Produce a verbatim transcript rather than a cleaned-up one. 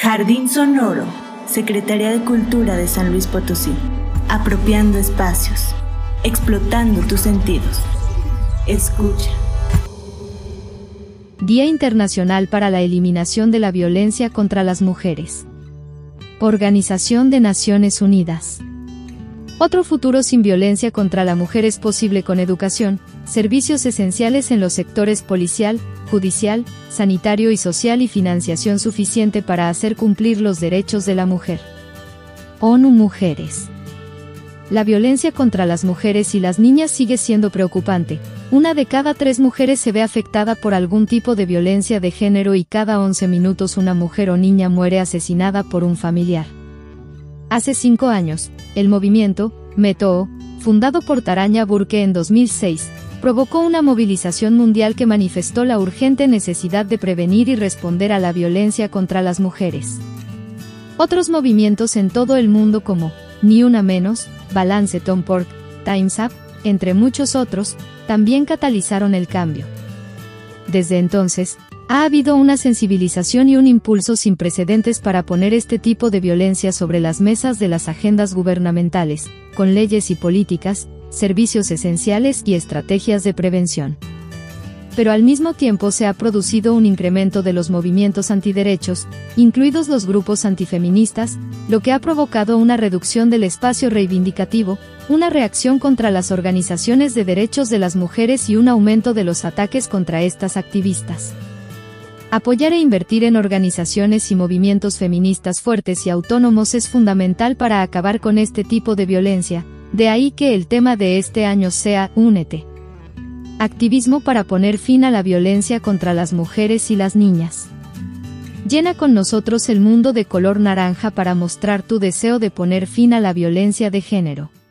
Jardín Sonoro, Secretaría de Cultura de San Luis Potosí. Apropiando espacios, explotando tus sentidos. Escucha. Día Internacional para la Eliminación de la Violencia contra las Mujeres. Organización de Naciones Unidas. Otro futuro sin violencia contra la mujer es posible con educación, servicios esenciales en los sectores policial, judicial, sanitario y social y financiación suficiente para hacer cumplir los derechos de la mujer. ONU Mujeres. La violencia contra las mujeres y las niñas sigue siendo preocupante. Una de cada tres mujeres se ve afectada por algún tipo de violencia de género y cada once minutos una mujer o niña muere asesinada por un familiar. Hace cinco años, el movimiento Metoo, fundado por Taranya Burke en dos mil seis, provocó una movilización mundial que manifestó la urgente necesidad de prevenir y responder a la violencia contra las mujeres. Otros movimientos en todo el mundo como Ni Una Menos, Balance Tom Pork, Time's Up, entre muchos otros, también catalizaron el cambio. Desde entonces, ha habido una sensibilización y un impulso sin precedentes para poner este tipo de violencia sobre las mesas de las agendas gubernamentales, con leyes y políticas, servicios esenciales y estrategias de prevención. Pero al mismo tiempo se ha producido un incremento de los movimientos antiderechos, incluidos los grupos antifeministas, lo que ha provocado una reducción del espacio reivindicativo, una reacción contra las organizaciones de derechos de las mujeres y un aumento de los ataques contra estas activistas. Apoyar e invertir en organizaciones y movimientos feministas fuertes y autónomos es fundamental para acabar con este tipo de violencia, de ahí que el tema de este año sea Únete. Activismo para poner fin a la violencia contra las mujeres y las niñas. Llena con nosotros el mundo de color naranja para mostrar tu deseo de poner fin a la violencia de género.